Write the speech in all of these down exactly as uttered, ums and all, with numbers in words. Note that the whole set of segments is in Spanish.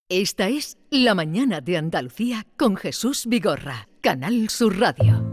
Esta es La Mañana de Andalucía con Jesús Vigorra, Canal Sur Radio.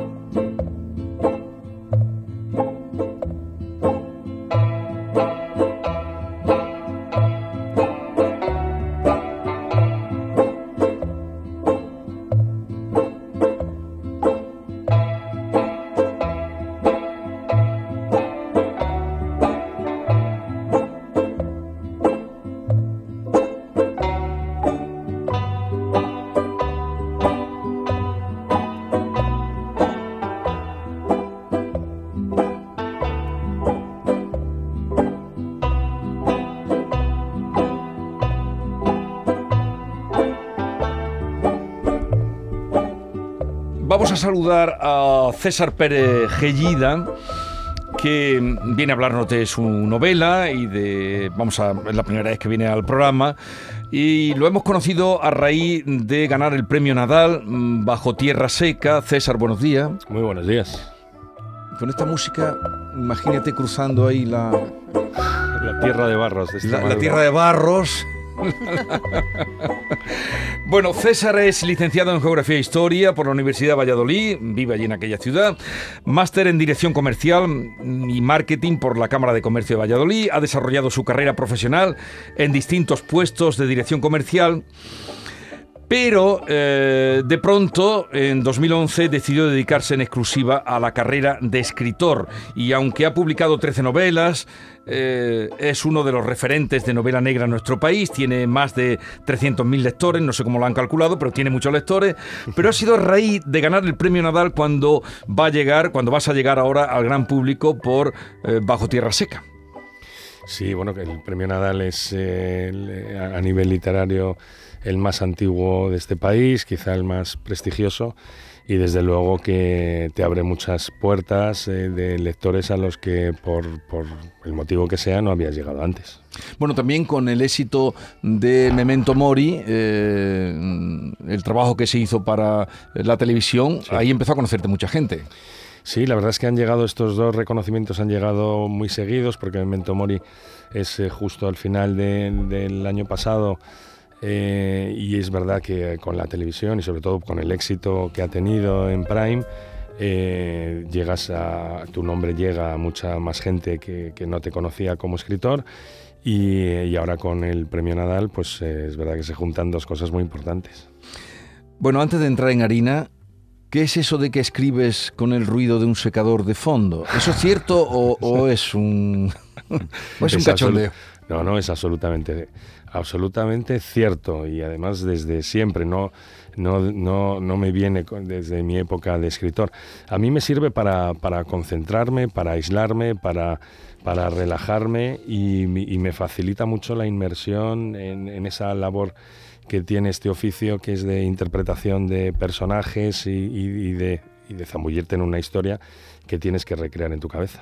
Vamos a saludar a César Pérez Gellida, que viene a hablarnos de su novela y de, vamos a, es la primera vez que viene al programa, y lo hemos conocido a raíz de ganar el premio Nadal Bajo Tierra Seca. César, buenos días. Muy buenos días. Con esta música, imagínate cruzando ahí la... La tierra de barros. De la, la tierra de barros. Bueno, César es licenciado en Geografía e Historia por la Universidad de Valladolid, vive allí en aquella ciudad, máster en Dirección Comercial y Marketing por la Cámara de Comercio de Valladolid, ha desarrollado su carrera profesional en distintos puestos de dirección comercial, pero eh, de pronto, en dos mil once, decidió dedicarse en exclusiva a la carrera de escritor, y aunque ha publicado trece novelas, eh, es uno de los referentes de novela negra en nuestro país, tiene más de trescientos mil lectores, no sé cómo lo han calculado, pero tiene muchos lectores, pero ha sido a raíz de ganar el premio Nadal cuando va a llegar, cuando vas a llegar ahora al gran público por eh, Bajo Tierra Seca. Sí, bueno, que el premio Nadal es eh, el, a nivel literario el más antiguo de este país, quizá el más prestigioso, y desde luego que te abre muchas puertas eh, de lectores a los que por, por el motivo que sea no habías llegado antes. Bueno, también con el éxito de Memento Mori, eh, el trabajo que se hizo para la televisión, sí. Ahí empezó a conocerte mucha gente. Sí, la verdad es que han llegado estos dos reconocimientos, han llegado muy seguidos, porque Memento Mori es eh, justo al final de, del año pasado. Eh, y es verdad que con la televisión y sobre todo con el éxito que ha tenido en Prime, eh, llegas a, tu nombre llega a mucha más gente que, que no te conocía como escritor, y, y ahora con el premio Nadal pues eh, es verdad que se juntan dos cosas muy importantes. Bueno, antes de entrar en harina, ¿qué es eso de que escribes con el ruido de un secador de fondo? ¿Eso es cierto o, o es un, o es un es cachondeo? No, no, es absolutamente, absolutamente cierto, y además desde siempre, no, no, no, no me viene desde mi época de escritor. A mí me sirve para, para concentrarme, para aislarme, para, para relajarme, y, y me facilita mucho la inmersión en, en esa labor que tiene este oficio, que es de interpretación de personajes y, y, y, de, y de zambullirte en una historia que tienes que recrear en tu cabeza.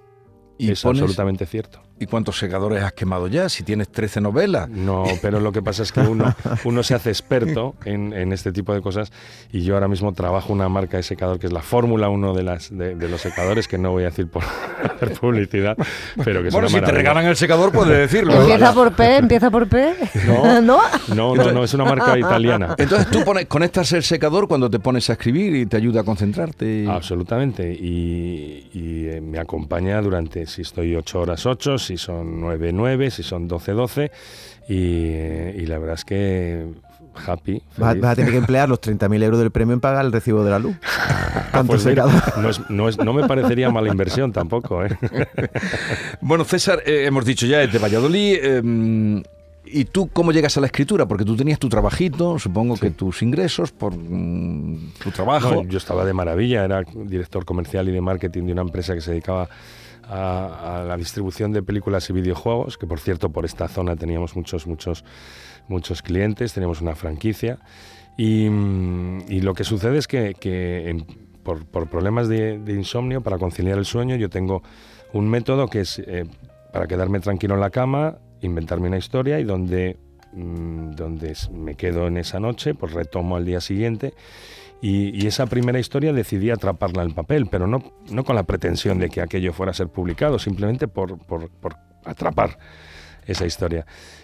¿Y es pones, absolutamente cierto. ¿Y cuántos secadores has quemado ya? Si tienes trece novelas. No, pero lo que pasa es que uno, uno se hace experto en, en este tipo de cosas, y yo ahora mismo trabajo una marca de secador que es la Fórmula uno de, las, de, de los secadores, que no voy a decir por hacer publicidad, pero que es bueno, una si maravilla. te regalan el secador puedes decirlo. Empieza por P, empieza por P. No, ¿No? no, no, no, es una marca italiana. Entonces tú pones, conectas el secador cuando te pones a escribir y te ayuda a concentrarte. Y... Absolutamente, y, y eh, me acompaña durante, si estoy ocho horas ocho, si son nueve nueve, si son doce doce, y, y la verdad es que happy. Vas, vas a tener que emplear los treinta mil euros del premio en pagar el recibo de la luz. Pues mira, no, es, no, es, no me parecería mala inversión tampoco, ¿eh? Bueno, César, eh, hemos dicho ya, es de Valladolid. Eh, ¿Y tú cómo llegas a la escritura? Porque tú tenías tu trabajito, supongo sí. que tus ingresos por mm, tu trabajo. No, yo estaba de maravilla, era director comercial y de marketing de una empresa que se dedicaba a, a la distribución de películas y videojuegos, que por cierto por esta zona teníamos muchos, muchos, muchos clientes, teníamos una franquicia, y, y lo que sucede es que, que en, por, por problemas de, de insomnio, para conciliar el sueño, yo tengo un método que es eh, para quedarme tranquilo en la cama, inventarme una historia, y donde, mmm, donde me quedo en esa noche, pues retomo al día siguiente. Y, y esa primera historia decidí atraparla en papel, pero no, no con la pretensión de que aquello fuera a ser publicado, simplemente por, por, por atrapar esa historia.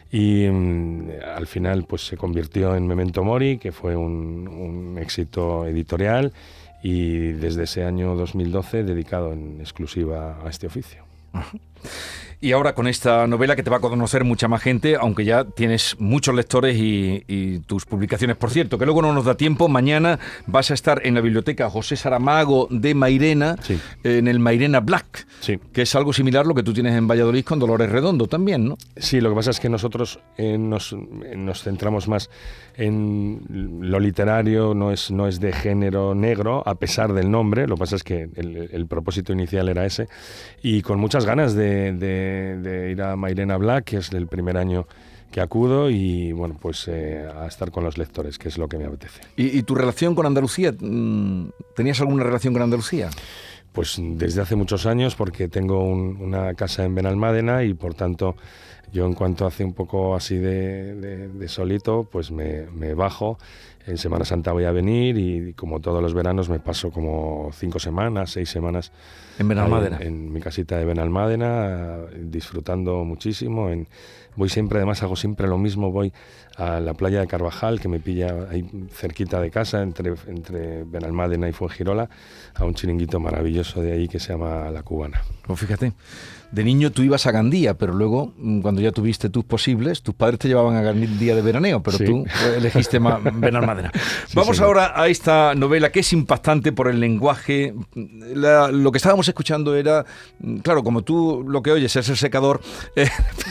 y mm, al final pues se convirtió en Memento Mori, que fue un, un éxito editorial, y desde ese año dos mil doce dedicado en exclusiva a este oficio. Y ahora con esta novela que te va a conocer mucha más gente, aunque ya tienes muchos lectores y, y tus publicaciones. Por cierto, que luego no nos da tiempo, mañana vas a estar en la biblioteca José Saramago de Mairena, Sí. en el Mairena Black, Sí. que es algo similar a lo que tú tienes en Valladolid con Dolores Redondo también, ¿no? Sí, lo que pasa es que nosotros eh, nos, eh, nos centramos más en lo literario, no es, no es de género negro, a pesar del nombre. Lo que pasa es que el, el propósito inicial era ese, y con muchas ganas de, de, de ir a Mairena Black, que es el primer año que acudo, y bueno, pues eh, a estar con los lectores, que es lo que me apetece. ¿Y, y tu relación con Andalucía? ¿Tenías alguna relación con Andalucía? Pues desde hace muchos años, porque tengo un, una casa en Benalmádena, y por tanto yo, en cuanto hace un poco así de, de, de solito, pues me, me bajo. En Semana Santa voy a venir, y como todos los veranos me paso como cinco semanas, seis semanas En Benalmádena. En, en mi casita de Benalmádena, disfrutando muchísimo. En, voy siempre, además hago siempre lo mismo, voy a la playa de Carvajal, que me pilla ahí cerquita de casa, entre, entre Benalmádena y Fuengirola, a un chiringuito maravilloso de ahí que se llama La Cubana. Pues fíjate, de niño tú ibas a Gandía, pero luego, cuando ya tuviste tus posibles, tus padres te llevaban a Gandía de veraneo, pero Sí. tú elegiste más Benalmádena. Sí, Vamos señor. ahora a esta novela que es impactante por el lenguaje. La- lo que estábamos escuchando era, claro, como tú lo que oyes es el secador. eh,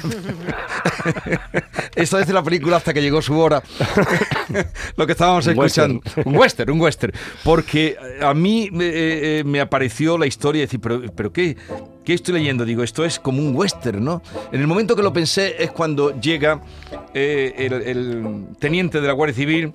Esto es de la película Hasta que llegó su hora. Lo que estábamos Un escuchando. western. Un western, un western. Porque a mí eh, eh, me apareció la historia de decir, pero, pero ¿qué, ¿qué estoy leyendo? Digo, esto es como un western, ¿no? En el momento que lo pensé es cuando llega eh, el, el teniente de la Guardia Civil,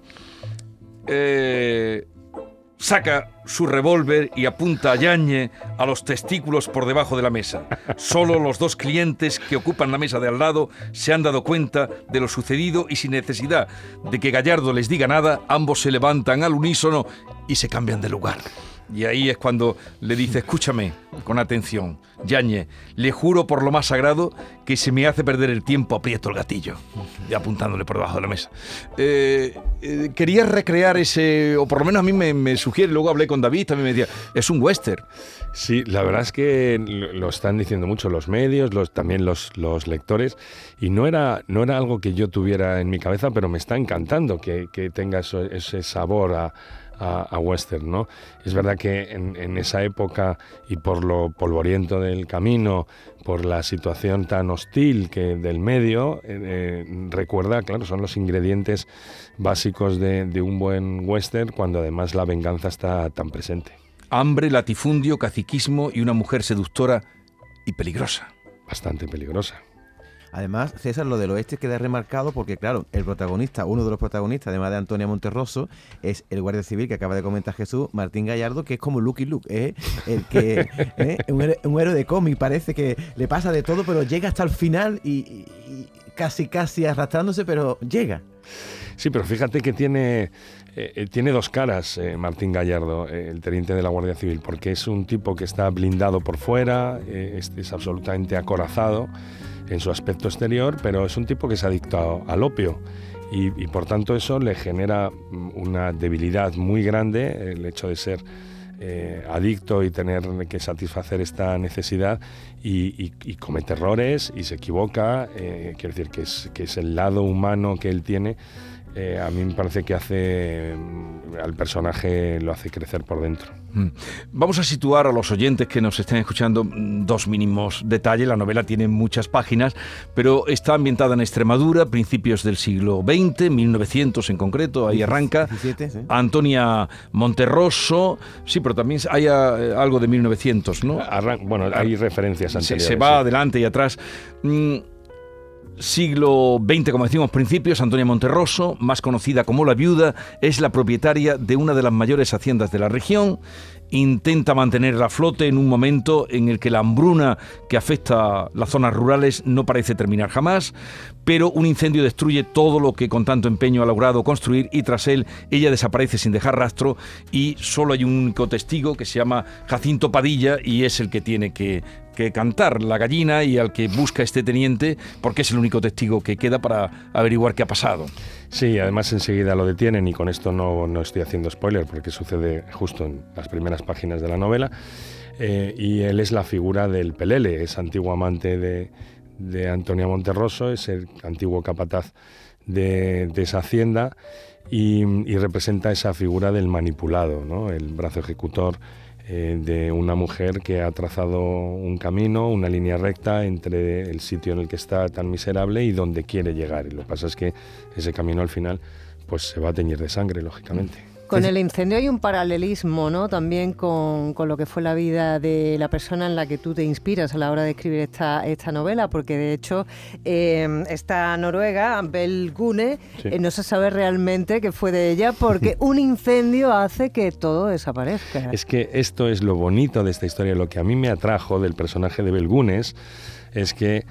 eh, saca su revólver y apunta a Yáñez a los testículos por debajo de la mesa. Solo los dos clientes que ocupan la mesa de al lado se han dado cuenta de lo sucedido, y sin necesidad de que Gallardo les diga nada, ambos se levantan al unísono y se cambian de lugar. Y ahí es cuando le dice, escúchame con atención, Yáñez, le juro por lo más sagrado que se me hace perder el tiempo, aprieto el gatillo. Y apuntándole por debajo de la mesa. Eh, eh, querías recrear ese, o por lo menos a mí me, me sugiere, luego hablé con David, también me decía, es un western. Sí, la verdad es que lo lo están diciendo mucho los medios, los, también los, los lectores, y no era, no era algo que yo tuviera en mi cabeza, pero me está encantando que, que tenga eso, ese sabor a, a, a western, ¿no? Es verdad que en, en esa época, y por lo polvoriento del camino, por la situación tan hostil que del medio, eh, eh, recuerda, claro, son los ingredientes básicos de, de un buen western, cuando además la venganza está tan presente. Hambre, latifundio, caciquismo y una mujer seductora y peligrosa. Bastante peligrosa. Además, César, lo del oeste queda remarcado porque, claro, el protagonista, uno de los protagonistas, además de Antonia Monterroso, es el guardia civil que acaba de comentar Jesús, Martín Gallardo, que es como Lucky Luke, ¿eh? El que ¿eh? un, héroe, un héroe de cómic, parece que le pasa de todo, pero llega hasta el final y, y, y casi, casi arrastrándose, pero llega. Sí, pero fíjate que tiene, eh, tiene dos caras eh, Martín Gallardo, eh, el teniente de la Guardia Civil, porque es un tipo que está blindado por fuera, eh, es, es absolutamente acorazado en su aspecto exterior, pero es un tipo que es adicto al opio, y, y por tanto eso le genera una debilidad muy grande, el hecho de ser eh, adicto y tener que satisfacer esta necesidad, y, y, y comete errores y se equivoca, eh, quiero decir que es, que es el lado humano que él tiene. Eh, a mí me parece que hace al personaje, lo hace crecer por dentro. Vamos a situar a los oyentes que nos estén escuchando dos mínimos detalles. La novela tiene muchas páginas, pero está ambientada en Extremadura, principios del siglo veinte, mil novecientos en concreto, ahí arranca. diecisiete, sí. Antonia Monterroso, sí, pero también hay eh, algo de mil novecientos, ¿no? Arran- bueno, hay referencias Se, anteriores. se va sí. adelante y atrás. Mm, Siglo veinte, como decimos, principios. Antonia Monterroso, más conocida como la viuda, es la propietaria de una de las mayores haciendas de la región intenta mantenerla a flote en un momento en el que la hambruna que afecta las zonas rurales no parece terminar jamás, pero un incendio destruye todo lo que con tanto empeño ha logrado construir y tras él ella desaparece sin dejar rastro y solo hay un único testigo que se llama Jacinto Padilla y es el que tiene que, que cantar la gallina y al que busca este teniente porque es el único testigo que queda para averiguar qué ha pasado. Sí, además enseguida lo detienen y con esto no, no estoy haciendo spoiler porque sucede justo en las primeras páginas de la novela eh, y él es la figura del Pelele, es antiguo amante de, de Antonia Monterroso, es el antiguo capataz de, de esa hacienda y, y representa esa figura del manipulado, ¿no? El brazo ejecutor eh, de una mujer que ha trazado un camino, una línea recta entre el sitio en el que está tan miserable y donde quiere llegar. Y lo que pasa es que ese camino al final pues se va a teñir de sangre, lógicamente. Con el incendio hay un paralelismo, ¿no? También con, con lo que fue la vida de la persona en la que tú te inspiras a la hora de escribir esta, esta novela, porque de hecho eh, esta noruega, Bel Gune, sí. eh, no se sabe realmente qué fue de ella porque un incendio hace que todo desaparezca. Es que esto es lo bonito de esta historia, lo que a mí me atrajo del personaje de Bel Gunes es que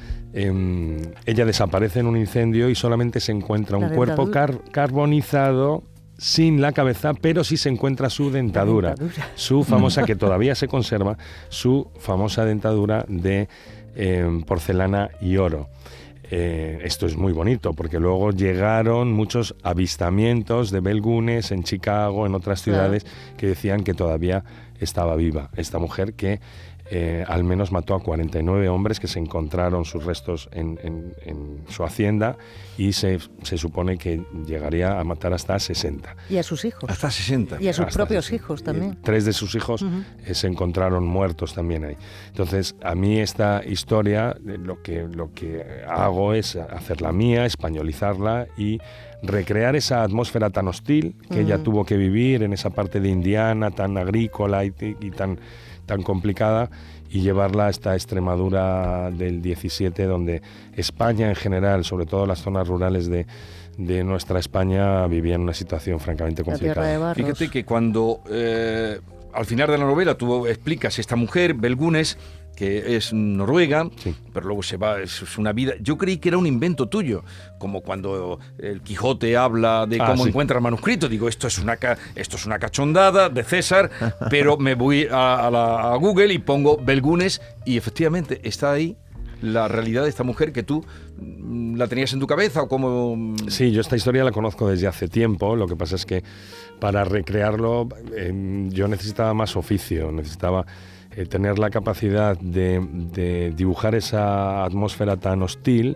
eh, ella desaparece en un incendio y solamente se encuentra un cuerpo car- carbonizado sin la cabeza, pero sí se encuentra su dentadura, dentadura. su famosa, que todavía se conserva, su famosa dentadura de eh, porcelana y oro. Eh, esto es muy bonito, porque luego llegaron muchos avistamientos de Bel Gunes en Chicago, en otras ciudades, claro, que decían que todavía estaba viva esta mujer que Eh, al menos mató a cuarenta y nueve hombres que se encontraron sus restos en, en, en su hacienda y se, se supone que llegaría a matar hasta sesenta. Y a sus hijos. Hasta sesenta. Y a sus hasta propios sesenta. hijos también. Y tres de sus hijos uh-huh. eh, se encontraron muertos también ahí. Entonces, a mí esta historia, eh, lo que, lo que hago es hacerla mía, españolizarla y recrear esa atmósfera tan hostil que uh-huh. ella tuvo que vivir en esa parte de Indiana, tan agrícola y, y tan... tan complicada y llevarla a esta Extremadura del diecisiete donde España en general, sobre todo las zonas rurales de, de nuestra España, vivía en una situación francamente complicada. Fíjate que cuando eh, al final de la novela tú explicas esta mujer, Bel Gunes, que es noruega, sí, pero luego se va, es una vida... Yo creí que era un invento tuyo, como cuando el Quijote habla de cómo ah, sí. encuentra el manuscrito. Digo, esto es una ca- esto es una cachondada de César, pero me voy a, a, la, a Google y pongo Bel Gunes y efectivamente está ahí la realidad de esta mujer que tú la tenías en tu cabeza o cómo... Sí, yo esta historia la conozco desde hace tiempo, lo que pasa es que para recrearlo eh, yo necesitaba más oficio, necesitaba... Eh, tener la capacidad de, de dibujar esa atmósfera tan hostil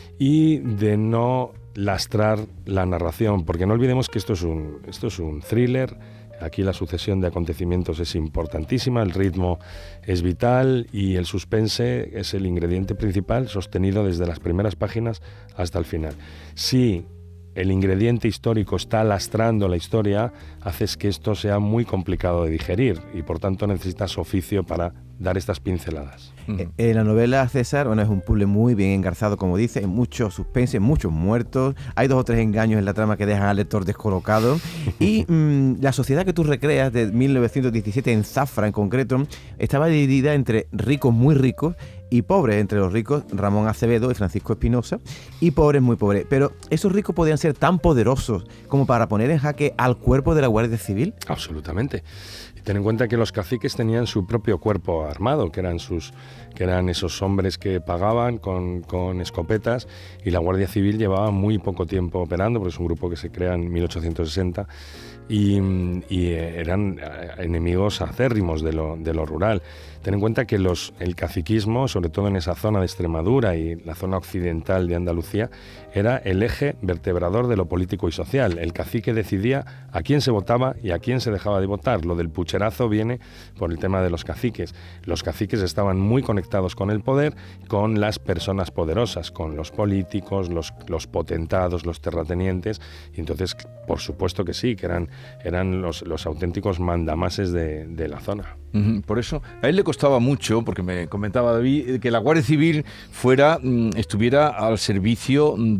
y de no lastrar la narración, porque no olvidemos que esto es un, esto es un thriller, aquí la sucesión de acontecimientos es importantísima, el ritmo es vital y el suspense es el ingrediente principal, sostenido desde las primeras páginas hasta el final. Si el ingrediente histórico está lastrando la historia, haces que esto sea muy complicado de digerir y por tanto necesitas oficio para dar estas pinceladas. Uh-huh. En la novela, César, bueno, es un puzzle muy bien engarzado, como dice, en mucho suspense, muchos muertos, hay dos o tres engaños en la trama que dejan al lector descolocado y mmm, la sociedad que tú recreas de mil novecientos diecisiete en Zafra en concreto estaba dividida entre ricos muy ricos y pobres, entre los ricos Ramón Acevedo y Francisco Espinosa, y pobres muy pobres. Pero esos ricos podían ser tan poderosos como para poner en jaque al cuerpo de la Guardia Civil. Absolutamente. Y ten en cuenta que los caciques tenían su propio cuerpo armado, que eran sus, que eran esos hombres que pagaban con, con escopetas, y la Guardia Civil llevaba muy poco tiempo operando, porque es un grupo que se crea en mil ochocientos sesenta, y, y eran enemigos acérrimos de lo, de lo rural. Ten en cuenta que los, el caciquismo, sobre todo en esa zona de Extremadura y la zona occidental de Andalucía, era el eje vertebrador de lo político y social. El cacique decidía a quién se votaba y a quién se dejaba de votar. Lo del pucherazo viene por el tema de los caciques. Los caciques estaban muy conectados con el poder, con las personas poderosas, con los políticos, los, los potentados, los terratenientes, y entonces, por supuesto que sí, que eran, eran los, los auténticos mandamases de, de la zona. Uh-huh. Por eso, a él le costaba mucho, porque me comentaba David, que la Guardia Civil fuera, estuviera al servicio de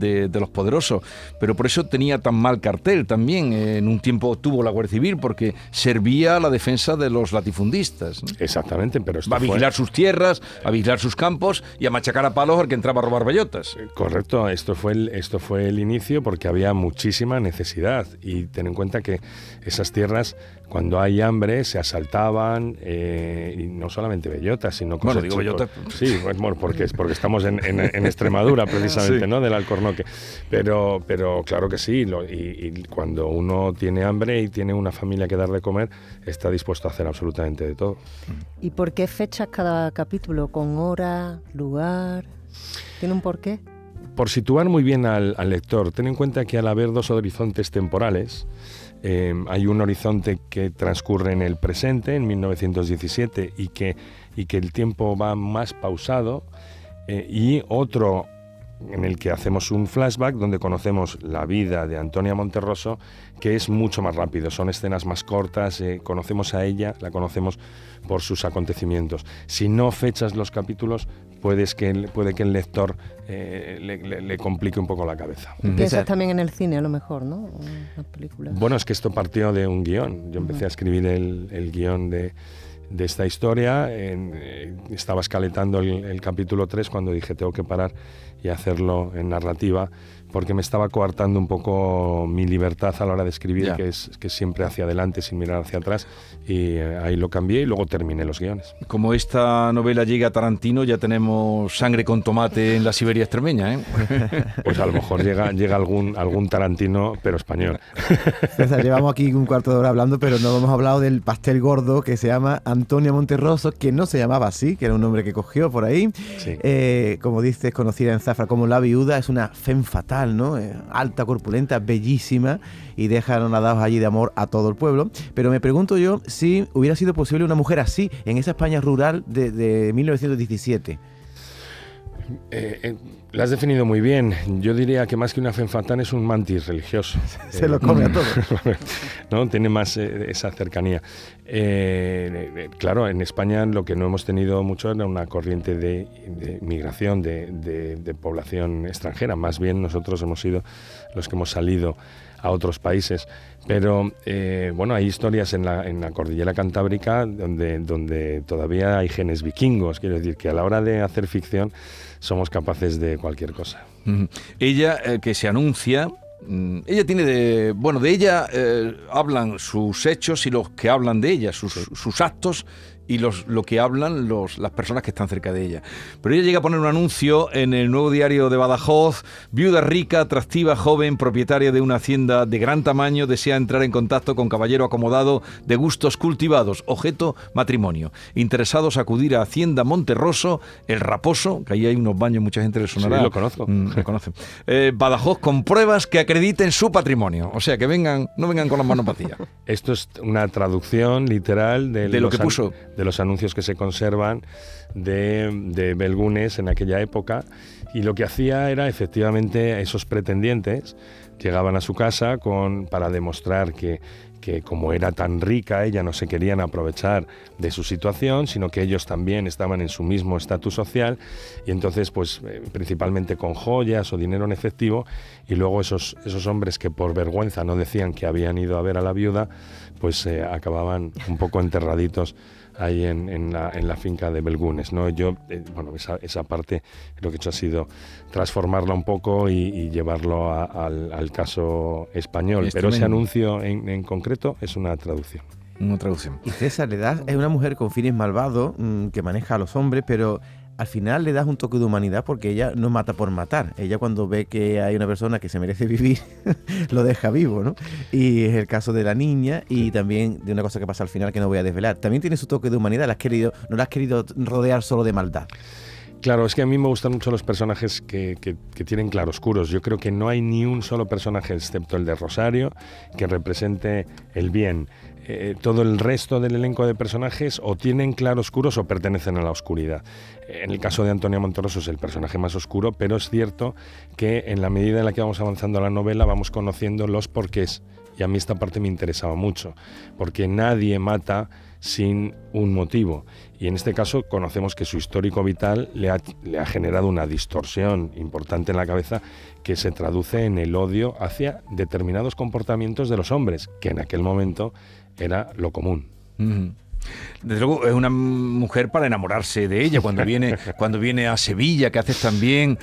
de, de los poderosos, pero por eso tenía tan mal cartel también. En un tiempo tuvo la Guardia Civil porque servía a la defensa de los latifundistas, ¿no? Exactamente, pero esto Va a vigilar fue... sus tierras, a vigilar sus campos y a machacar a palos al que entraba a robar bellotas. Correcto, esto fue, el, esto fue el inicio porque había muchísima necesidad y ten en cuenta que esas tierras, cuando hay hambre, se asaltaban, eh, y no solamente bellotas, sino cosas... Bueno, digo bellotas... Sí, bueno, porque, porque estamos en, en, en Extremadura, precisamente, sí, ¿no? Del Alcornoque. Pero, pero claro que sí, lo, y, y cuando uno tiene hambre y tiene una familia que dar de comer, está dispuesto a hacer absolutamente de todo. ¿Y por qué fechas cada capítulo? ¿Con hora, lugar? ¿Tiene un porqué? Por situar muy bien al, al lector, ten en cuenta que al haber dos horizontes temporales, eh, hay un horizonte que transcurre en el presente, en mil novecientos diecisiete, y que, y que el tiempo va más pausado, eh, y otro en el que hacemos un flashback donde conocemos la vida de Antonia Monterroso, que es mucho más rápido, son escenas más cortas, eh, conocemos a ella, la conocemos por sus acontecimientos. Si no fechas los capítulos, puedes que, puede que el lector eh, le, le, le complique un poco la cabeza. Y piensas también en el cine, a lo mejor, ¿no? En las películas. Bueno, es que esto partió de un guión. Yo empecé uh-huh. a escribir el, el guión de, de esta historia, en, eh, estaba escaletando el, el capítulo tres cuando dije tengo que parar y hacerlo en narrativa, porque me estaba coartando un poco mi libertad a la hora de escribir, yeah. que es que siempre hacia adelante sin mirar hacia atrás, y eh, ahí lo cambié y luego terminé los guiones. Como esta novela llega a Tarantino, ya tenemos Sangre con tomate en la Siberia extremeña, ¿eh? Pues a lo mejor llega, llega algún, algún Tarantino, pero español. César, llevamos aquí un cuarto de hora hablando, pero no hemos hablado del pastel gordo que se llama Antonia Monterroso, que no se llamaba así, que era un nombre que cogió por ahí. Sí. Eh, como dices, conocida en Zafra como La Viuda, es una femme fatal, ¿no? Eh, alta, corpulenta, bellísima, y deja nadados allí de amor a todo el pueblo. Pero me pregunto yo si hubiera sido posible una mujer así en esa España rural de, de mil novecientos diecisiete. Eh, eh, lo has definido muy bien. Yo diría que más que una femme fatale es un mantis religioso. Se eh, lo come a todo. ¿No? Tiene más eh, esa cercanía. Eh, eh, claro, en España lo que no hemos tenido mucho era una corriente de, de migración de, de, de población extranjera. Más bien nosotros hemos sido los que hemos salido a otros países. Pero eh, bueno, hay historias en la, en la cordillera cantábrica donde, donde todavía hay genes vikingos. Quiero decir que a la hora de hacer ficción somos capaces de cualquier cosa. Uh-huh. Ella eh, que se anuncia, mm, ella tiene de... Bueno, de ella eh, hablan sus hechos y los que hablan de ella, sus, sí. sus actos y los, lo que hablan los, las personas que están cerca de ella. Pero ella llega a poner un anuncio en el Nuevo Diario de Badajoz: viuda rica, atractiva, joven, propietaria de una hacienda de gran tamaño, desea entrar en contacto con caballero acomodado de gustos cultivados, objeto matrimonio. Interesados acudir a Hacienda Monterroso, El Raposo, que ahí hay unos baños, mucha gente le sonará. Sí, lo conozco. Mm, lo conocen. Eh, Badajoz, con pruebas que acrediten su patrimonio. O sea, que vengan, no vengan con las manos vacías. Esto es una traducción literal de, de lo que puso... de los anuncios que se conservan de, de Belgunes en aquella época, y lo que hacía era efectivamente esos pretendientes llegaban a su casa con, para demostrar que, que como era tan rica ella no se querían aprovechar de su situación, sino que ellos también estaban en su mismo estatus social, y entonces pues eh, principalmente con joyas o dinero en efectivo, y luego esos, esos hombres que por vergüenza no decían que habían ido a ver a la viuda, pues eh, acababan un poco enterraditos ahí en, en, la, en la finca de Belgunes, ¿no? Yo, eh, bueno, esa, esa parte lo que he hecho ha sido transformarla un poco y, y llevarlo a, al, al caso español, pero ese anuncio en, en concreto es una traducción. Una traducción. Y César, le das, es una mujer con fines malvados, mmm, que maneja a los hombres, pero al final le das un toque de humanidad porque ella no mata por matar. Ella cuando ve que hay una persona que se merece vivir, lo deja vivo, ¿no? Y es el caso de la niña y también de una cosa que pasa al final que no voy a desvelar. También tiene su toque de humanidad, la has querido, no la has querido rodear solo de maldad. Claro, es que a mí me gustan mucho los personajes que, que, que tienen claroscuros. Yo creo que no hay ni un solo personaje, excepto el de Rosario, que represente el bien. Eh, todo el resto del elenco de personajes o tienen claroscuros o pertenecen a la oscuridad. En el caso de Antonia Monterroso es el personaje más oscuro, pero es cierto que en la medida en la que vamos avanzando la novela vamos conociendo los porqués, y a mí esta parte me interesaba mucho, porque nadie mata sin un motivo, y en este caso conocemos que su histórico vital le ha, le ha generado una distorsión importante en la cabeza que se traduce en el odio hacia determinados comportamientos de los hombres, que en aquel momento era lo común. Uh-huh. Desde luego es una mujer para enamorarse de ella cuando viene cuando viene a Sevilla, que haces también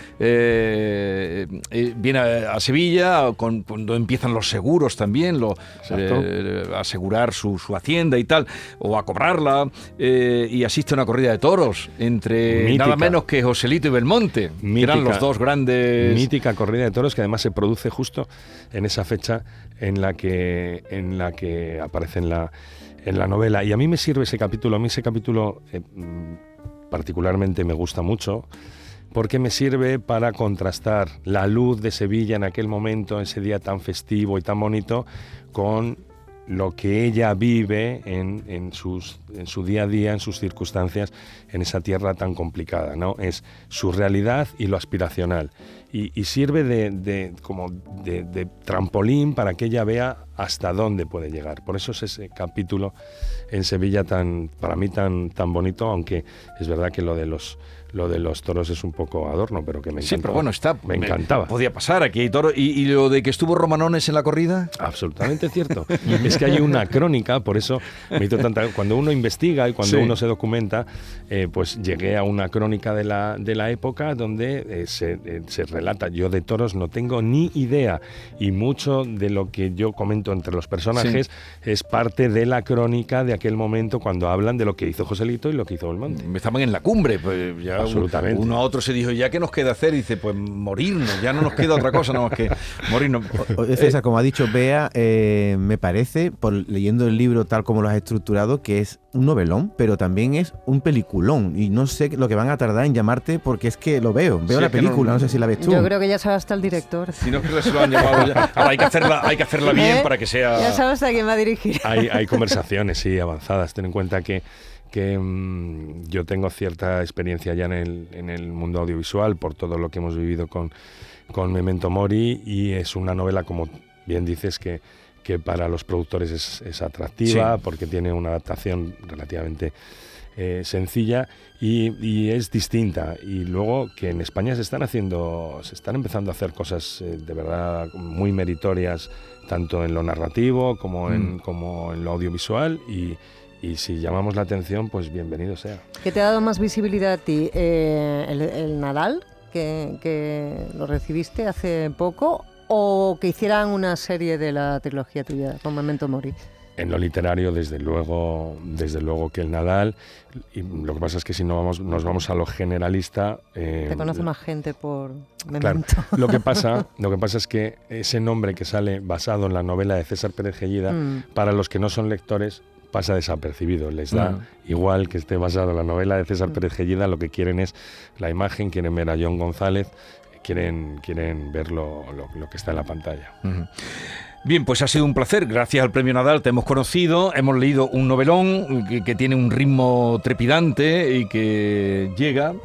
eh, eh, viene a, a Sevilla con, cuando empiezan los seguros también, lo, eh, asegurar su, su hacienda y tal, o a cobrarla, eh, y asiste a una corrida de toros entre mítica, nada menos que Joselito y Belmonte, mítica, que eran los dos grandes... Mítica corrida de toros que además se produce justo en esa fecha en la que, en la que aparece en la en la novela, y a mí me sirve ese capítulo, a mí ese capítulo eh, particularmente me gusta mucho, porque me sirve para contrastar la luz de Sevilla en aquel momento, ese día tan festivo y tan bonito, con lo que ella vive en, en, sus, en su día a día, en sus circunstancias, en esa tierra tan complicada, ¿no? Es su realidad y lo aspiracional. Y, y sirve de, de, como de, de trampolín para que ella vea hasta dónde puede llegar. Por eso es ese capítulo en Sevilla tan, para mí tan, tan bonito, aunque es verdad que lo de los lo de los toros es un poco adorno, pero que me encantaba. Sí, pero bueno, está, me encantaba. Podía pasar, aquí hay toros. ¿Y, y lo de que estuvo Romanones en la corrida? Absolutamente cierto. Es que hay una crónica, por eso me hizo tanta... Cuando uno investiga y cuando sí. uno se documenta, eh, pues llegué a una crónica de la, de la época donde eh, se, eh, se relata. Yo de toros no tengo ni idea, y mucho de lo que yo comento entre los personajes sí. es parte de la crónica de aquel momento, cuando hablan de lo que hizo Joselito y lo que hizo Belmonte. Estaban en la cumbre, pues ya absolutamente. Uno a otro se dijo, ¿ya qué nos queda hacer? Y dice, pues morirnos, ya no nos queda otra cosa, nada más que morirnos. César, como ha dicho Bea, eh, me parece, por leyendo el libro tal como lo has estructurado, que es un novelón, pero también es un peliculón. Y no sé lo que van a tardar en llamarte, porque es que lo veo, veo sí, la película, no, no sé si la ves tú. Yo creo que ya sabes hasta el director. Si no es que se lo han llamado ya. Ahora hay que hacerla, hay que hacerla bien ¿Eh? para que sea... Ya sabes a quién va a dirigir. Hay, hay conversaciones, sí, avanzadas. Ten en cuenta que que mmm, yo tengo cierta experiencia ya en el, en el mundo audiovisual por todo lo que hemos vivido con, con Memento Mori, y es una novela, como bien dices, que, que para los productores es, es atractiva, sí. porque tiene una adaptación relativamente eh, sencilla y, y es distinta. Y luego que en España se están haciendo, se están empezando a hacer cosas eh, de verdad muy meritorias, tanto en lo narrativo como en, mm. como en lo audiovisual, y Y si llamamos la atención, pues bienvenido sea. ¿Qué te ha dado más visibilidad a ti? Eh, el, ¿El Nadal, que, que lo recibiste hace poco, o que hicieran una serie de la trilogía tuya con Memento Mori? En lo literario, desde luego, desde luego que el Nadal. Y lo que pasa es que si no vamos, nos vamos a lo generalista... Eh, Te conoce más gente por Memento. Claro, lo que pasa, lo que pasa es que ese nombre que sale basado en la novela de César Pérez Gellida, mm. para los que no son lectores, pasa desapercibido, les da uh-huh. igual que esté basado en la novela de César uh-huh. Pérez Gellida, lo que quieren es la imagen, quieren ver a John González, quieren, quieren ver lo, lo, lo que está en la pantalla. Uh-huh. Bien, pues ha sido un placer. Gracias al Premio Nadal te hemos conocido, hemos leído un novelón que, que tiene un ritmo trepidante y que llega,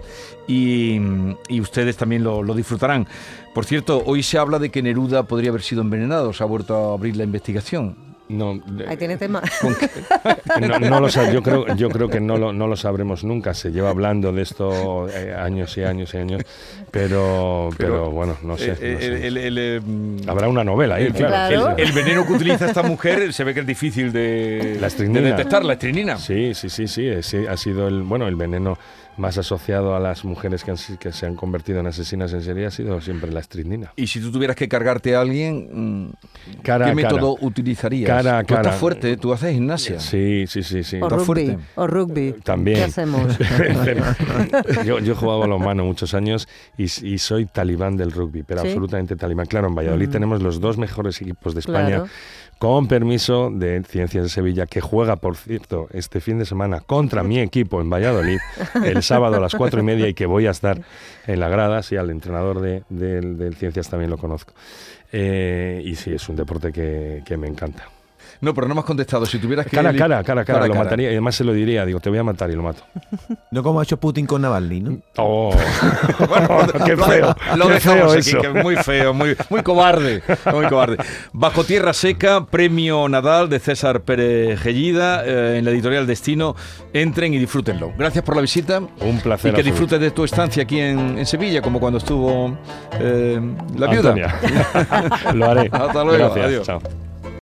y, y ustedes también lo, lo disfrutarán. Por cierto, hoy se habla de que Neruda podría haber sido envenenado, se ha vuelto a abrir la investigación. No, ahí tiene tema. No, no lo, yo creo, yo creo que no lo, no lo sabremos nunca. Se lleva hablando de esto eh, años y años y años, pero, pero, pero bueno, no sé. El, no sé. El, el, el, Habrá una novela ahí, el, claro. claro. El, el veneno que utiliza esta mujer se ve que es difícil de, la de detectar, la estrinina. Sí, sí, sí, sí, sí. Ha sido el, bueno, el veneno más asociado a las mujeres que, han, que se han convertido en asesinas en serie ha sido siempre la estrinina. Y si tú tuvieras que cargarte a alguien, cara, ¿qué método cara. utilizarías? Cara, tú cara. estás fuerte, tú haces gimnasia. Sí, sí, sí, sí. O ¿Estás rugby, fuerte? O rugby. También. ¿Qué hacemos? yo, yo he jugado balonmano muchos años y, y soy talibán del rugby, pero ¿sí? absolutamente talibán. Claro, en Valladolid mm. tenemos los dos mejores equipos de España. Claro. Con permiso de Ciencias de Sevilla, que juega, por cierto, este fin de semana contra mi equipo en Valladolid, el sábado a las cuatro y media, y que voy a estar en la grada. Sí, al entrenador de, de, de Ciencias también lo conozco. Eh, y sí, es un deporte que, que me encanta. No, pero no me has contestado. Si tuvieras que... Cara a cara, cara a cara, cara a lo cara. mataría. Y además se lo diría, digo, te voy a matar y lo mato. No como ha hecho Putin con Navalny, ¿no? Oh, Bueno, qué lo- feo. Lo qué dejamos feo aquí, eso. que es muy feo, muy, muy cobarde, muy cobarde. Bajo Tierra Seca, premio Nadal de César Pérez Gellida, eh, en la editorial Destino. Entren y disfrútenlo. Gracias por la visita. Un placer Y que absoluto. disfrutes de tu estancia aquí en, en Sevilla, como cuando estuvo eh, la viuda. Antonia. Lo haré. Hasta luego, Gracias. adiós. Chao.